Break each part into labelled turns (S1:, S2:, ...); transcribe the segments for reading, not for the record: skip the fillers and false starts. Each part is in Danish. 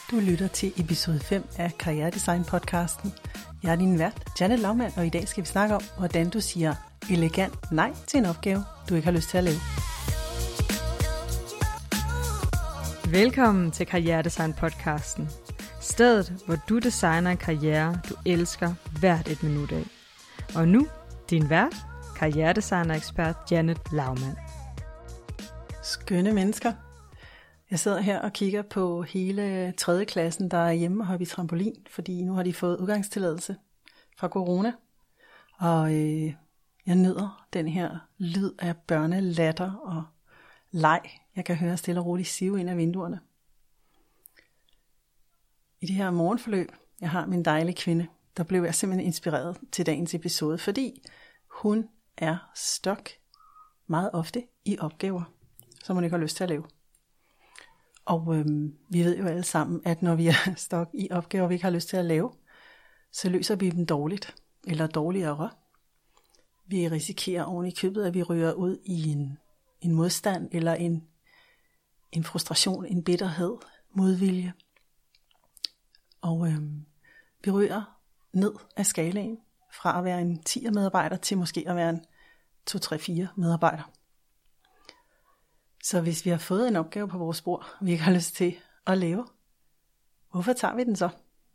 S1: Du lytter til episode 5 af Karrieredesign-podcasten. Jeg er din vært, Janet Laumann, og i dag skal vi snakke om, hvordan du siger elegant nej til en opgave, du ikke har lyst til at lave.
S2: Velkommen til Karrieredesign-podcasten. Stedet, hvor du designer en karriere, du elsker hvert et minut af. Og nu, din vært, karrieredesigner-ekspert Janet Laumann.
S1: Skønne mennesker. Jeg sidder her og kigger på hele 3. klassen, der er hjemme og hoppe i trampolin, fordi nu har de fået udgangstilladelse fra corona. Og jeg nyder den her lyd af børnelatter og leg. Jeg kan høre stille og roligt sive ind af vinduerne. I det her morgenforløb, jeg har min dejlige kvinde, der blev jeg simpelthen inspireret til dagens episode, fordi hun er stok meget ofte i opgaver, som hun ikke har lyst til at lave. Og vi ved jo alle sammen, at når vi er stok i opgaver, vi ikke har lyst til at lave, så løser vi dem dårligt, eller dårligere. Vi risikerer oven i købet, at vi ryger ud i en modstand, eller en frustration, en bitterhed, modvilje. Og vi ryger ned af skalaen, fra at være en 10'er medarbejder, til måske at være en 2-3-4 medarbejder. Så hvis vi har fået en opgave på vores bord, vi ikke har lyst til at lave, hvorfor tager vi den så?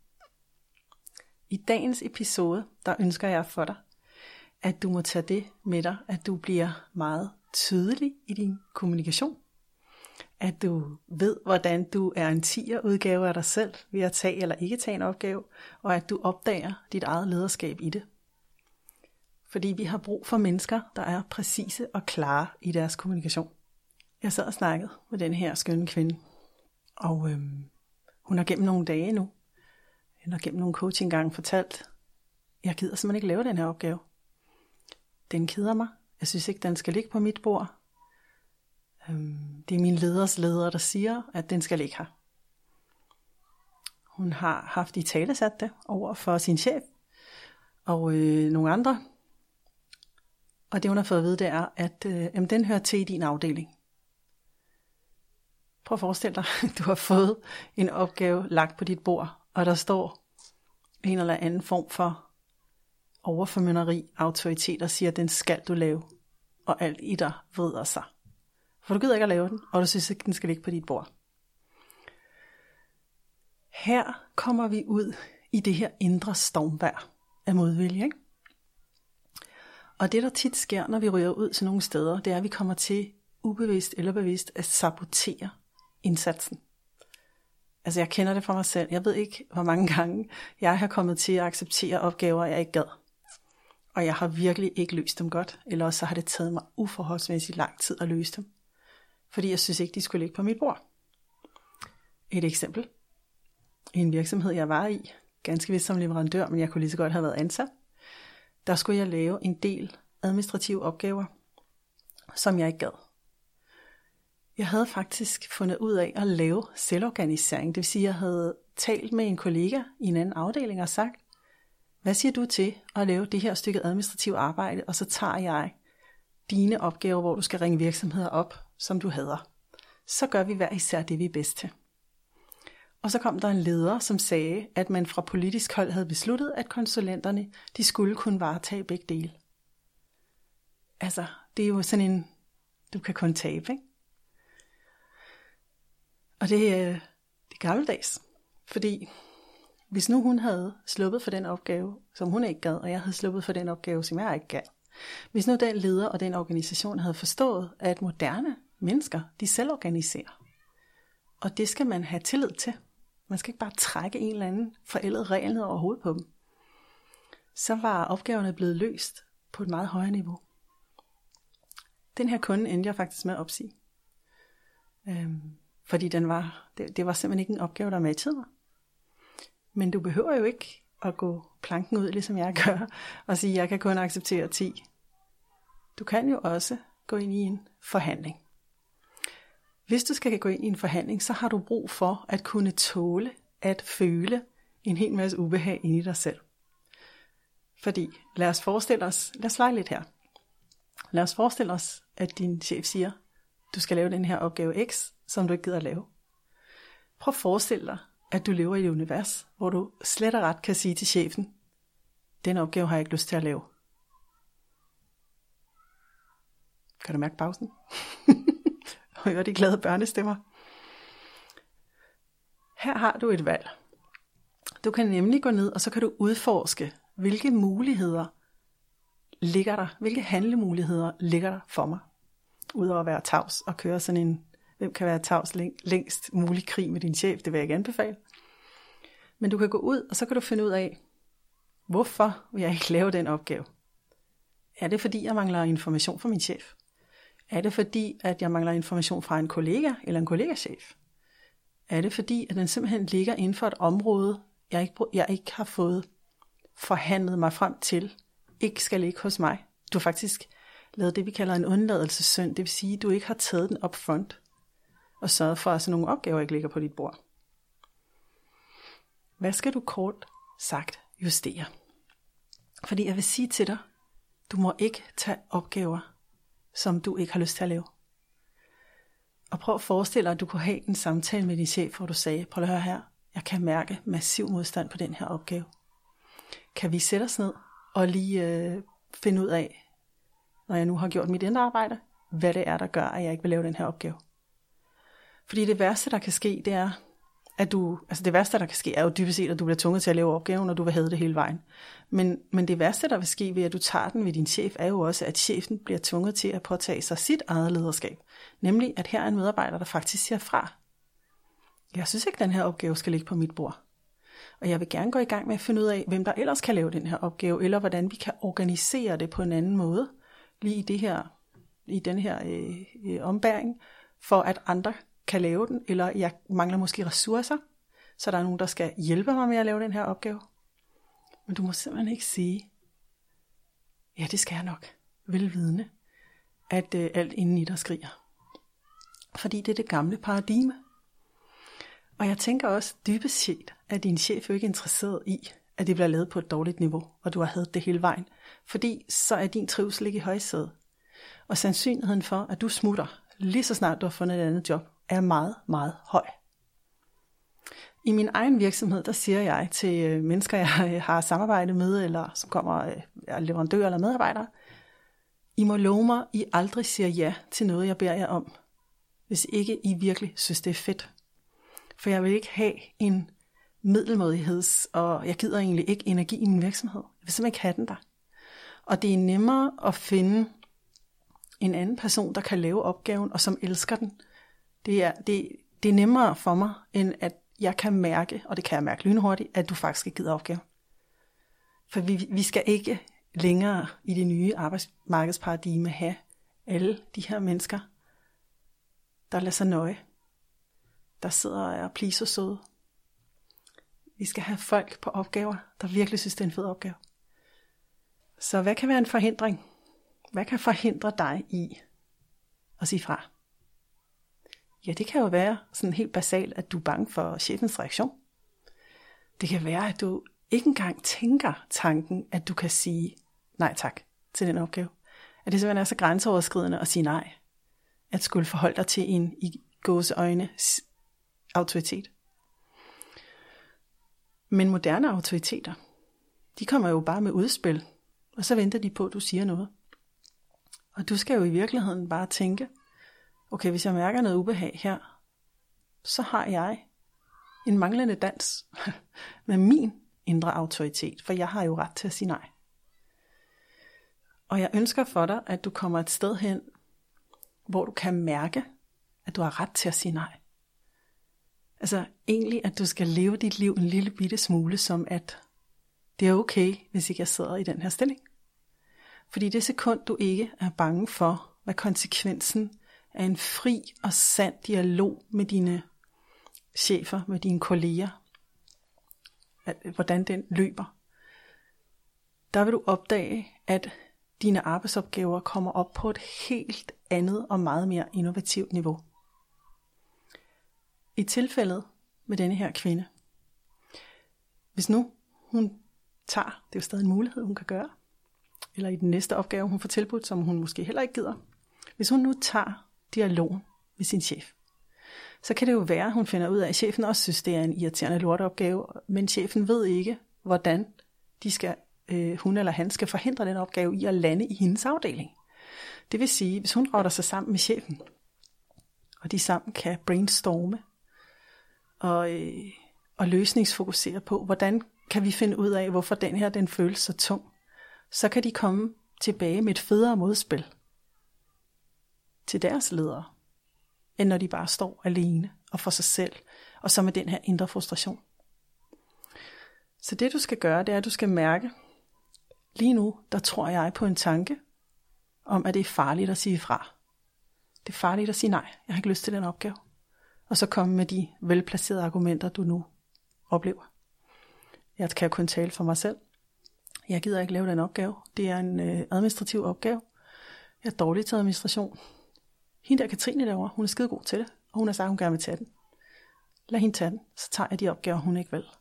S1: I dagens episode, der ønsker jeg for dig, at du må tage det med dig, at du bliver meget tydelig i din kommunikation. At du ved, hvordan du er en 10'er udgave af dig selv, ved at tage eller ikke tage en opgave, og at du opdager dit eget lederskab i det. Fordi vi har brug for mennesker, der er præcise og klare i deres kommunikation. Jeg sad og snakkede med den her skønne kvinde, og hun har gennem nogle dage nu, hun har gennem nogle coachinggange fortalt, jeg gider simpelthen ikke lave den her opgave. Den keder mig. Jeg synes ikke, den skal ligge på mit bord. Det er min leders leder, der siger, at den skal ligge her. Hun har haft italesat det over for sin chef og nogle andre. Og det hun har fået at vide, det er, at den hører til i din afdeling. Prøv at forestille dig, at du har fået en opgave lagt på dit bord, og der står en eller anden form for overformynderi, autoritet, og siger, at den skal du lave, og alt i dig vrider sig. For du gider ikke at lave den, og du synes ikke, den skal ligge på dit bord. Her kommer vi ud i det her indre stormvejr af modvilje, ikke? Og det, der tit sker, når vi ryger ud til nogle steder, det er, at vi kommer til ubevidst eller bevidst at sabotere indsatsen. Altså jeg kender det fra mig selv. Jeg ved ikke, hvor mange gange jeg har kommet til at acceptere opgaver, jeg ikke gad. Og jeg har virkelig ikke løst dem godt. Eller også så har det taget mig uforholdsmæssigt lang tid at løse dem. Fordi jeg synes ikke, de skulle ligge på mit bord. Et eksempel. I en virksomhed, jeg var i, ganske vist som leverandør, men jeg kunne lige så godt have været ansat. Der skulle jeg lave en del administrative opgaver, som jeg ikke gad. Jeg havde faktisk fundet ud af at lave selvorganisering. Det vil sige, at jeg havde talt med en kollega i en anden afdeling og sagt, hvad siger du til at lave det her stykke administrativt arbejde, og så tager jeg dine opgaver, hvor du skal ringe virksomheder op, som du hader. Så gør vi hver især det, vi er bedst til. Og så kom der en leder, som sagde, at man fra politisk hold havde besluttet, at konsulenterne, de skulle kunne varetage begge dele. Altså, det er jo sådan en, du kan kun tabe, ikke? Og det er gammeldags, fordi hvis nu hun havde sluppet for den opgave, som hun ikke gad, og jeg havde sluppet for den opgave, som jeg ikke gad. Hvis nu den leder og den organisation havde forstået, at moderne mennesker, de selvorganiserer. Og det skal man have tillid til. Man skal ikke bare trække en eller anden forældet regel ned over hovedet på dem. Så var opgaverne blevet løst på et meget højere niveau. Den her kunde endte jeg faktisk med at opsige. Fordi det var simpelthen ikke en opgave, der matchede mig. Men du behøver jo ikke at gå planken ud, ligesom jeg gør, og sige, at jeg kan kun acceptere 10. Du kan jo også gå ind i en forhandling. Hvis du skal gå ind i en forhandling, så har du brug for at kunne tåle at føle en hel masse ubehag inde i dig selv. Fordi lad os lege lidt her. Lad os forestille os, at din chef siger, du skal lave den her opgave X, som du ikke gider at lave. Prøv at forestille dig, at du lever i et univers, hvor du slet og ret kan sige til chefen, den opgave har jeg ikke lyst til at lave. Kan du mærke pausen? Hører de glade børnestemmer? Her har du et valg. Du kan nemlig gå ned, og så kan du udforske, hvilke muligheder ligger der, hvilke handlemuligheder ligger der for mig. Udover at være tavs og køre sådan en, hvem kan være tavs længst mulig krig med din chef, det vil jeg ikke anbefale. Men du kan gå ud, og så kan du finde ud af, hvorfor vil jeg ikke lave den opgave? Er det fordi, jeg mangler information fra min chef? Er det fordi, at jeg mangler information fra en kollega eller en kollegachef? Er det fordi, at den simpelthen ligger inden for et område, jeg ikke har fået forhandlet mig frem til, ikke skal ligge hos mig? Du har faktisk lavet det, vi kalder en undladelsessynd, det vil sige, at du ikke har taget den up front og sørget for, at sådan nogle opgaver ikke ligger på dit bord. Hvad skal du kort sagt justere? Fordi jeg vil sige til dig, du må ikke tage opgaver, som du ikke har lyst til at lave. Og prøv at forestille dig, at du kunne have en samtale med din chef, hvor du sagde, prøv at høre her, jeg kan mærke massiv modstand på den her opgave. Kan vi sætte os ned og lige finde ud af, når jeg nu har gjort mit indre arbejde, hvad det er, der gør, at jeg ikke vil lave den her opgave? Fordi det værste, der kan ske, det er, det værste, der kan ske, er jo dybest set, at du bliver tvunget til at lave opgaven, og du vil have det hele vejen. Men det værste, der vil ske ved, at du tager den ved din chef, er jo også, at chefen bliver tvunget til at påtage sig sit eget lederskab. Nemlig, at her er en medarbejder, der faktisk siger fra. Jeg synes ikke, at den her opgave skal ligge på mit bord. Og jeg vil gerne gå i gang med at finde ud af, hvem der ellers kan lave den her opgave, eller hvordan vi kan organisere det på en anden måde, lige i den her ombæring, for at andre kan lave den, eller jeg mangler måske ressourcer, så der er nogen, der skal hjælpe mig med at lave den her opgave. Men du må simpelthen ikke sige, ja, det skal jeg nok, velvidende, at alt inden i dig skriger. Fordi det er det gamle paradigme. Og jeg tænker også dybest set, at din chef er ikke interesseret i, at det bliver lavet på et dårligt niveau, og du har hadet det hele vejen. Fordi så er din trivsel ikke i højsædet. Og sandsynligheden for, at du smutter, lige så snart du har fundet et andet job, er meget, meget høj. I min egen virksomhed, der siger jeg til mennesker, jeg har samarbejdet med, eller som kommer leverandører eller medarbejdere, I må love mig, I aldrig siger ja til noget, jeg beder jer om, hvis ikke I virkelig synes, det er fedt. For jeg vil ikke have en middelmådigheds, og jeg gider egentlig ikke energi i min virksomhed. Jeg vil simpelthen ikke have den der. Og det er nemmere at finde en anden person, der kan lave opgaven, og som elsker den. Det er nemmere for mig, end at jeg kan mærke, og det kan jeg mærke lynhurtigt, at du faktisk ikke gider opgaven. For vi skal ikke længere i det nye arbejdsmarkedsparadigme have alle de her mennesker, der lader sig nøje, der sidder og er please og søde. Vi skal have folk på opgaver, der virkelig synes, det er en fed opgave. Så hvad kan være en forhindring? Hvad kan forhindre dig i at sige fra? Ja, det kan jo være sådan helt basalt, at du er bange for chefens reaktion. Det kan være, at du ikke engang tænker tanken, at du kan sige nej tak til den opgave. At det simpelthen er så grænseoverskridende at sige nej. At skulle forholde dig til en i gåseøjne autoritet. Men moderne autoriteter, de kommer jo bare med udspil, og så venter de på, at du siger noget. Og du skal jo i virkeligheden bare tænke, okay, hvis jeg mærker noget ubehag her, så har jeg en manglende dans med min indre autoritet, for jeg har jo ret til at sige nej. Og jeg ønsker for dig, at du kommer et sted hen, hvor du kan mærke, at du har ret til at sige nej. Altså egentlig, at du skal leve dit liv en lille bitte smule, som at det er okay, hvis ikke jeg sidder i den her stilling. Fordi det sekund, du ikke er bange for, hvad konsekvensen af en fri og sand dialog med dine chefer, med dine kolleger, hvordan den løber, der vil du opdage, at dine arbejdsopgaver kommer op på et helt andet og meget mere innovativt niveau. I tilfældet med denne her kvinde, hvis nu hun tager, det er jo stadig en mulighed, hun kan gøre, eller i den næste opgave, hun får tilbudt, som hun måske heller ikke gider, hvis hun nu tager dialogen med sin chef, så kan det jo være, at hun finder ud af, at chefen også synes, det er en irriterende lorteopgave, men chefen ved ikke, hvordan hun eller han skal forhindre den opgave i at lande i hendes afdeling. Det vil sige, hvis hun rotter sig sammen med chefen, og de sammen kan brainstorme og løsningsfokusere på, hvordan kan vi finde ud af, hvorfor den føles så tung, så kan de komme tilbage med et federe modspil til deres ledere, end når de bare står alene og for sig selv, og så med den her indre frustration. Så det du skal gøre, det er, at du skal mærke, lige nu, der tror jeg på en tanke, om at det er farligt at sige fra. Det er farligt at sige nej, jeg har ikke lyst til den opgave. Og så komme med de velplacerede argumenter, du nu oplever. Jeg kan kun tale for mig selv. Jeg gider ikke lave den opgave. Det er en administrativ opgave. Jeg er dårlig til administration. Hende der Katrine derovre, hun er skide god til det, og hun har sagt, hun gerne vil tage den. Lad hende tage den, så tager jeg de opgaver, hun ikke vil.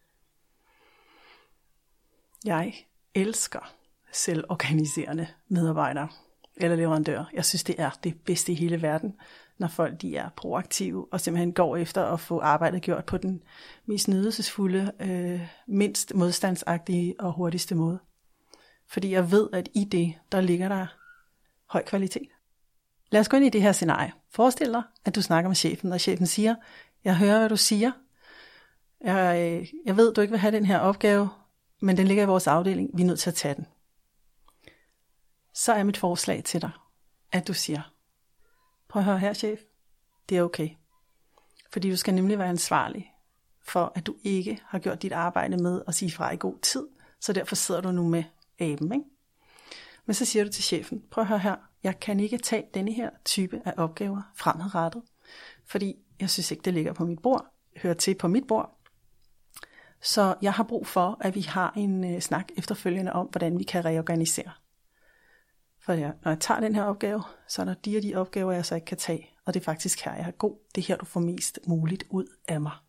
S1: Jeg elsker selvorganiserende medarbejdere eller leverandører. Jeg synes, det er det bedste i hele verden, når folk de er proaktive og simpelthen går efter at få arbejdet gjort på den mest nydelsesfulde, mindst modstandsagtige og hurtigste måde. Fordi jeg ved, at i det, der ligger der høj kvalitet. Lad os gå ind i det her scenarie. Forestil dig, at du snakker med chefen, og chefen siger, jeg hører, hvad du siger. Jeg ved, du ikke vil have den her opgave, men den ligger i vores afdeling. Vi er nødt til at tage den. Så er mit forslag til dig, at du siger, prøv at høre her, chef. Det er okay. Fordi du skal nemlig være ansvarlig for, at du ikke har gjort dit arbejde med at sige fra i god tid. Så derfor sidder du nu med aben, ikke? Men så siger du til chefen, prøv at høre her. Jeg kan ikke tage denne her type af opgaver fremadrettet, fordi jeg synes ikke, det ligger på mit bord, hører til på mit bord. Så jeg har brug for, at vi har en snak efterfølgende om, hvordan vi kan reorganisere. For når jeg tager den her opgave, så er der de opgaver, jeg så ikke kan tage, og det er faktisk her, jeg er god. Det er her, du får mest muligt ud af mig.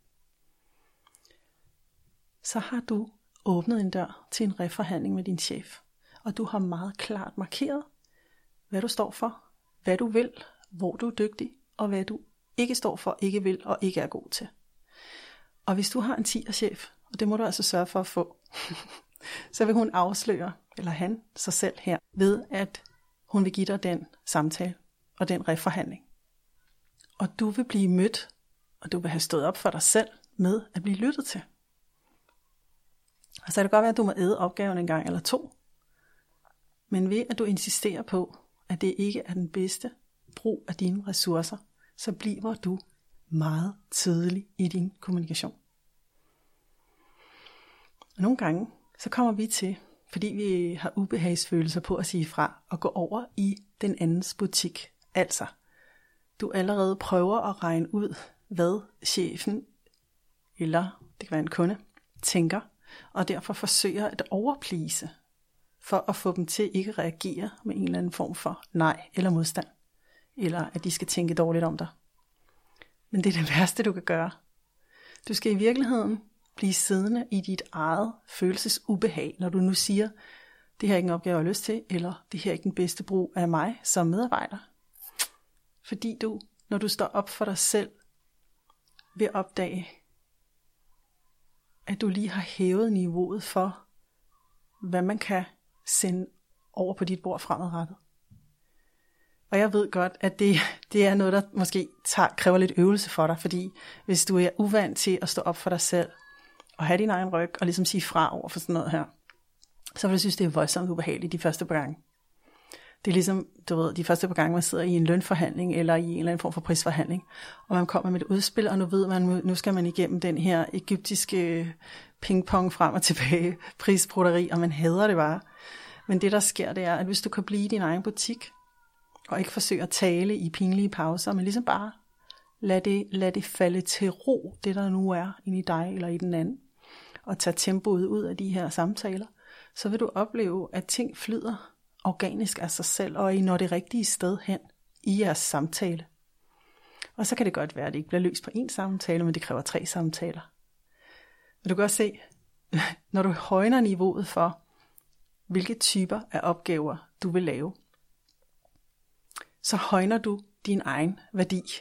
S1: Så har du åbnet en dør til en reforhandling med din chef, og du har meget klart markeret, hvad du står for, hvad du vil, hvor du er dygtig, og hvad du ikke står for, ikke vil og ikke er god til. Og hvis du har en 10'er-chef, og det må du altså sørge for at få, så vil hun afsløre, eller han, sig selv her, ved at hun vil give dig den samtale og den reforhandling. Og du vil blive mødt, og du vil have stået op for dig selv med at blive lyttet til. Og så kan det godt være, at du må æde opgaven en gang eller to, men ved at du insisterer på, at det ikke er den bedste brug af dine ressourcer, så bliver du meget tydelig i din kommunikation. Og nogle gange, så kommer vi til, fordi vi har ubehagsfølelser på at sige fra, og gå over i den andens butik. Altså, du allerede prøver at regne ud, hvad chefen, eller det kan være en kunde, tænker, og derfor forsøger at overplease, for at få dem til ikke at reagere med en eller anden form for nej eller modstand, eller at de skal tænke dårligt om dig. Men det er det værste, du kan gøre. Du skal i virkeligheden blive siddende i dit eget følelsesubehag, når du nu siger, det her er ikke en opgave, jeg har lyst til, eller det her er ikke den bedste brug af mig som medarbejder. Fordi du, når du står op for dig selv, vil opdage, at du lige har hævet niveauet for, hvad man kan sende over på dit bord fremadrettet. Og jeg ved godt, at det er noget, der måske kræver lidt øvelse for dig, fordi hvis du er uvant til at stå op for dig selv, og have din egen ryg, og ligesom sige fra over for sådan noget her, så vil du synes, det er voldsomt ubehageligt de første par gange. Det er ligesom, du ved, de første par gange, man sidder i en lønforhandling, eller i en eller anden form for prisforhandling, og man kommer med et udspil, og nu ved man, nu skal man igennem den her egyptiske pingpong frem og tilbage, prisbroderi, og man hader det bare. Men det, der sker, det er, at hvis du kan blive i din egen butik, og ikke forsøge at tale i pinlige pauser, men ligesom bare lad det falde til ro, det der nu er inde i dig eller i den anden, og tage tempoet ud af de her samtaler, så vil du opleve, at ting flyder organisk af sig selv, og I når det rigtige sted hen i jeres samtale. Og så kan det godt være, at det ikke bliver løst på én samtale, men det kræver 3 samtaler. Men du kan også se, når du højner niveauet for, hvilke typer af opgaver du vil lave, så højner du din egen værdi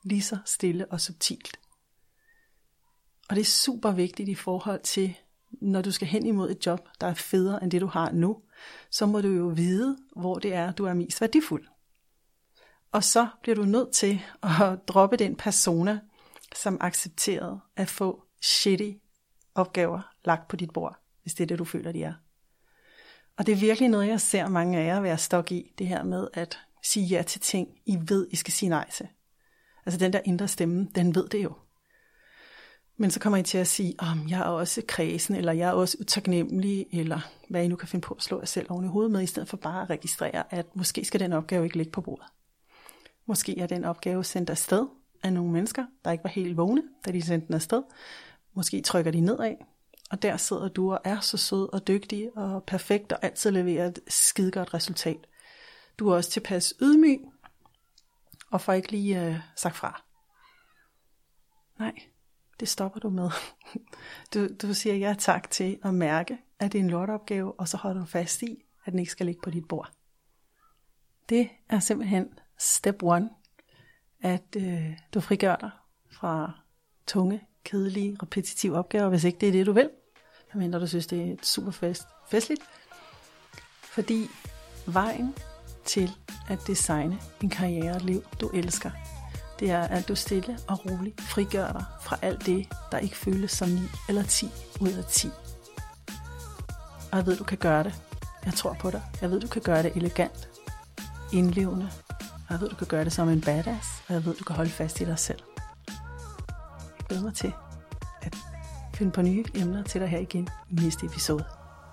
S1: lige så stille og subtilt. Og det er super vigtigt i forhold til, når du skal hen imod et job, der er federe end det du har nu, så må du jo vide, hvor det er, du er mest værdifuld. Og så bliver du nødt til at droppe den persona, som accepterede at få shitty opgaver lagt på dit bord, hvis det er det, du føler, de er. Og det er virkelig noget, jeg ser mange af jer være stok i, det her med at sige ja til ting, I ved, I skal sige nej til. Altså den der indre stemme, den ved det jo. Men så kommer I til at sige, jeg er også kræsen, eller jeg er også utaknemmelig, eller hvad I nu kan finde på at slå jer selv oven i hovedet med, i stedet for bare at registrere, at måske skal den opgave ikke ligge på bordet. Måske er den opgave sendt afsted af nogle mennesker, der ikke var helt vågne, da de sendte den afsted. Måske trykker de nedad, og der sidder du og er så sød og dygtig og perfekt og altid leverer et skidegodt resultat. Du er også tilpas ydmyg og får ikke lige sagt fra. Nej, det stopper du med. Du siger ja tak til at mærke, at det er en lorteopgave, og så holder du fast i, at den ikke skal ligge på dit bord. Det er simpelthen step 1, at du frigør dig fra tunge, kedelige, repetitive opgaver, hvis ikke det er det, du vil. Medmindre du synes, det er et super festligt. Fordi vejen til at designe en karriere og et liv, du elsker, det er, at du stille og roligt frigør dig fra alt det, der ikke føles som 9 eller 10 ud af 10. Og jeg ved, du kan gøre det. Jeg tror på dig. Jeg ved, du kan gøre det elegant, indlevende. Og jeg ved, du kan gøre det som en badass. Og jeg ved, du kan holde fast i dig selv. Jeg glæder mig til at finde på nye emner til dig her igen i næste episode.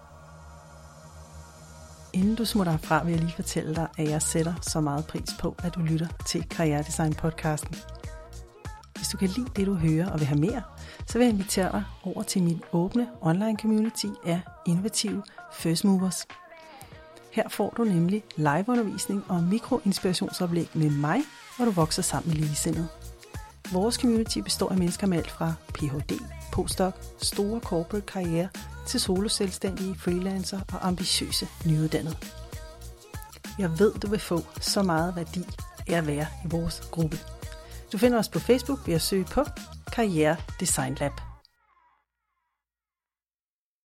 S1: Inden du smutter herfra, vil jeg lige fortælle dig, at jeg sætter så meget pris på, at du lytter til Karrieredesign-podcasten. Hvis du kan lide det, du hører og vil have mere, så vil jeg invitere dig over til min åbne online community af innovative first movers. Her får du nemlig liveundervisning og mikroinspirationsoplæg med mig, hvor du vokser sammen med ligesindede. Vores community består af mennesker med alt fra Ph.D., postdoc, store corporate karriere til soloselvstændige, freelancer og ambitiøse nyuddannede. Jeg ved, du vil få så meget værdi af at være i vores gruppe. Du finder os på Facebook ved at søge på Karriere Design Lab.